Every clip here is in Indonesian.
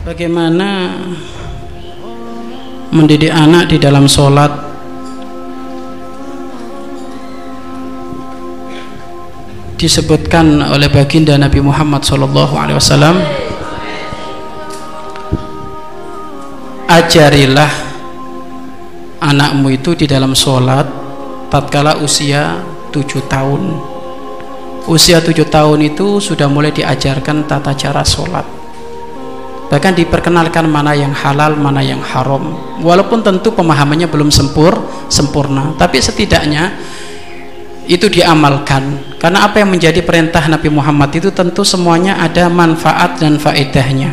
Bagaimana mendidik anak di dalam sholat? Disebutkan oleh baginda Nabi Muhammad SAW, ajarilah anakmu itu di dalam sholat tatkala usia 7 tahun. Usia 7 tahun itu sudah mulai diajarkan tata cara sholat, bahkan diperkenalkan mana yang halal, mana yang haram, walaupun tentu pemahamannya belum sempurna, tapi setidaknya itu diamalkan. Karena apa yang menjadi perintah Nabi Muhammad itu tentu semuanya ada manfaat dan faedahnya.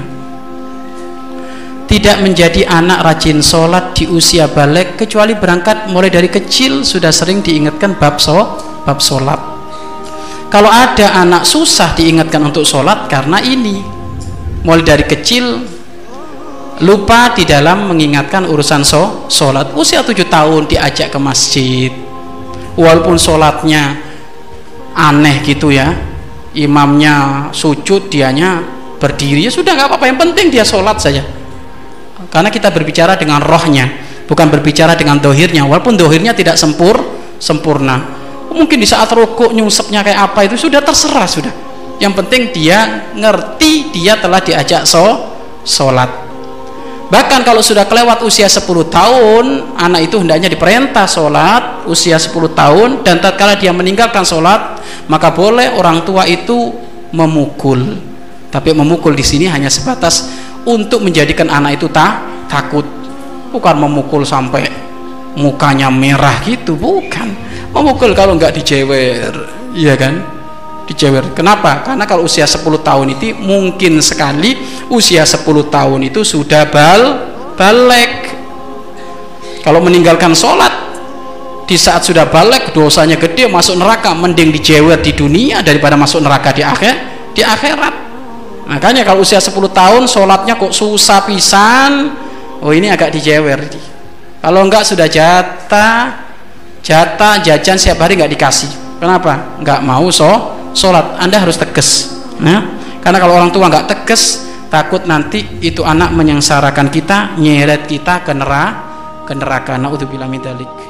Tidak menjadi anak rajin sholat di usia balik, kecuali berangkat mulai dari kecil sudah sering diingatkan bab sholat. Kalau ada anak susah diingatkan untuk sholat karena ini, mulai dari kecil lupa di dalam mengingatkan urusan sholat. Usia 7 tahun diajak ke masjid, walaupun sholatnya aneh gitu ya, imamnya sujud dianya berdiri, ya sudah nggak apa-apa, yang penting dia sholat saja. Karena kita berbicara dengan rohnya, bukan berbicara dengan dohirnya, walaupun dohirnya tidak sempurna. Mungkin di saat rukuk nyusepnya kayak apa itu sudah terserah, sudah. Yang penting dia ngerti dia telah diajak sholat. Bahkan kalau sudah kelewat usia 10 tahun, anak itu hendaknya diperintah sholat usia 10 tahun, dan tatkala dia meninggalkan sholat, maka boleh orang tua itu memukul. Tapi memukul di sini hanya sebatas untuk menjadikan anak itu takut, bukan memukul sampai mukanya merah gitu, bukan. Memukul kalau nggak dijewer, iya kan? Dijewer. Kenapa? Karena kalau usia 10 tahun itu mungkin sekali usia 10 tahun itu sudah balik. Kalau meninggalkan sholat di saat sudah balik, dosanya gede, masuk neraka. Mending dijewer di dunia daripada masuk neraka di akhirat. Makanya kalau usia 10 tahun sholatnya kok susah pisan, oh ini agak dijewer. Kalau enggak sudah jatah jajan setiap hari nggak dikasih. Kenapa? Nggak mau sholat. Anda harus tegas, nah, karena kalau orang tua nggak tegas, takut nanti itu anak menyengsarakan kita, nyeret kita ke neraka. Naudzubillah min dzalik.